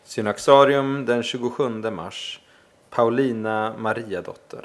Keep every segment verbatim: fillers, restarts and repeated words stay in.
Synaxarium den tjugosjunde mars. Paulina Mariadotter.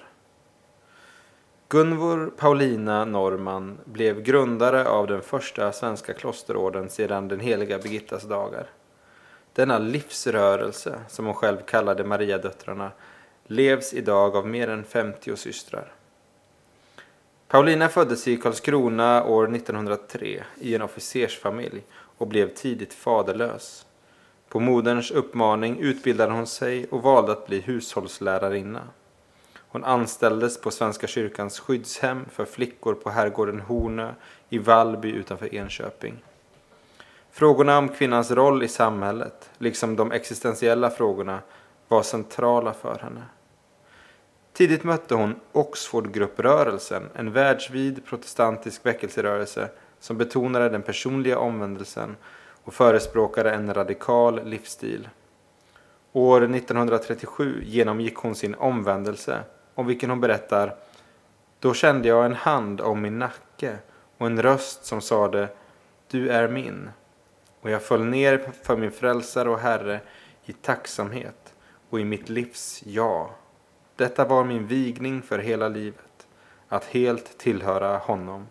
Gunvor Paulina Norman blev grundare av den första svenska klosterorden sedan den heliga Birgittas dagar. Denna livsrörelse, som hon själv kallade Mariadöttrarna, levs idag av mer än femtio systrar. Paulina föddes i Karlskrona år nittonhundratre i en officersfamilj och blev tidigt faderlös. På moderns uppmaning utbildade hon sig och valde att bli hushållslärarinna. Hon anställdes på Svenska kyrkans skyddshem för flickor på herrgården Hornö i Vallby utanför Enköping. Frågorna om kvinnans roll i samhället, liksom de existentiella frågorna, var centrala för henne. Tidigt mötte hon Oxfordgrupprörelsen, en världsvid protestantisk väckelserörelse som betonade den personliga omvändelsen och förespråkade en radikal livsstil. År nittonhundratrettiosju genomgick hon sin omvändelse, om vilken hon berättar: "Då kände jag en hand om min nacke och en röst som sade: du är min. Och jag föll ner för min frälsare och herre i tacksamhet och i mitt livs ja. Detta var min vigning för hela livet, att helt tillhöra honom."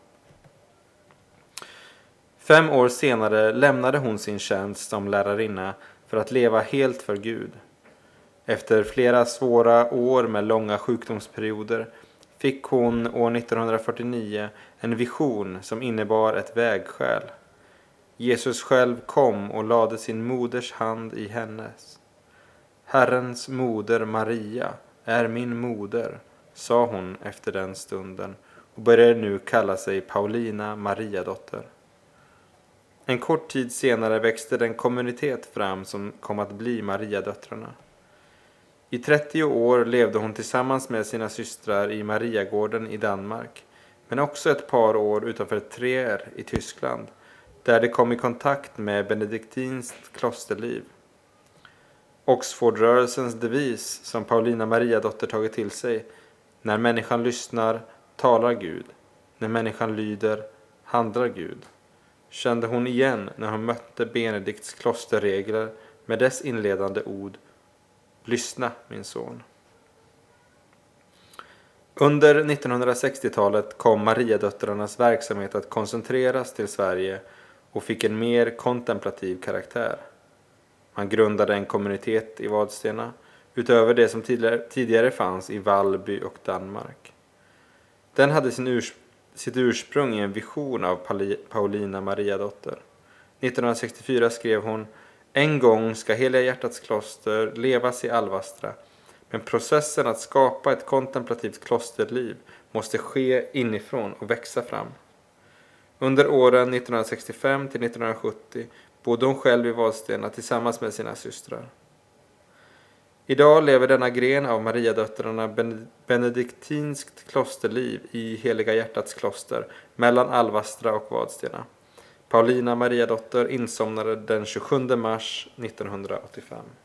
Fem år senare lämnade hon sin tjänst som lärarinna för att leva helt för Gud. Efter flera svåra år med långa sjukdomsperioder fick hon år nittonhundrafyrtionio en vision som innebar ett vägskäl. Jesus själv kom och lade sin moders hand i hennes. "Herrens moder Maria är min moder", sa hon efter den stunden och började nu kalla sig Paulina Mariadotter. En kort tid senare växte den kommunitet fram som kom att bli Mariadöttrarna. I trettio år levde hon tillsammans med sina systrar i Mariagården i Danmark, men också ett par år utanför Trier i Tyskland, där de kom i kontakt med benediktinskt klosterliv. Oxfordrörelsens devis, som Paulina Mariadotter tagit till sig: "När människan lyssnar, talar Gud. När människan lyder, handlar Gud", kände hon igen när hon mötte Benedikts klosterregler med dess inledande ord: "Lyssna, min son." Under nittonhundrasextiotalet kom Mariadöttrarnas verksamhet att koncentreras till Sverige och fick en mer kontemplativ karaktär. Man grundade en kommunitet i Vadstena, utöver det som tidigare, tidigare fanns i Vallby och Danmark. Den hade sin urs, sitt ursprung i en vision av Paulina Mariadotter. nittonhundrasextiofyra skrev hon: "En gång ska Heliga hjärtats kloster levas i Alvastra, men processen att skapa ett kontemplativt klosterliv måste ske inifrån och växa fram." Under åren nittonhundrasextiofem till nittonhundrasjuttio bodde hon själv i Vadstena tillsammans med sina systrar. Idag lever denna gren av Mariadöttrarna benediktinskt klosterliv i Heliga hjärtats kloster mellan Alvastra och Vadstena. Paulina Mariadotter insomnade den tjugosjunde mars nittonhundraåttiofem.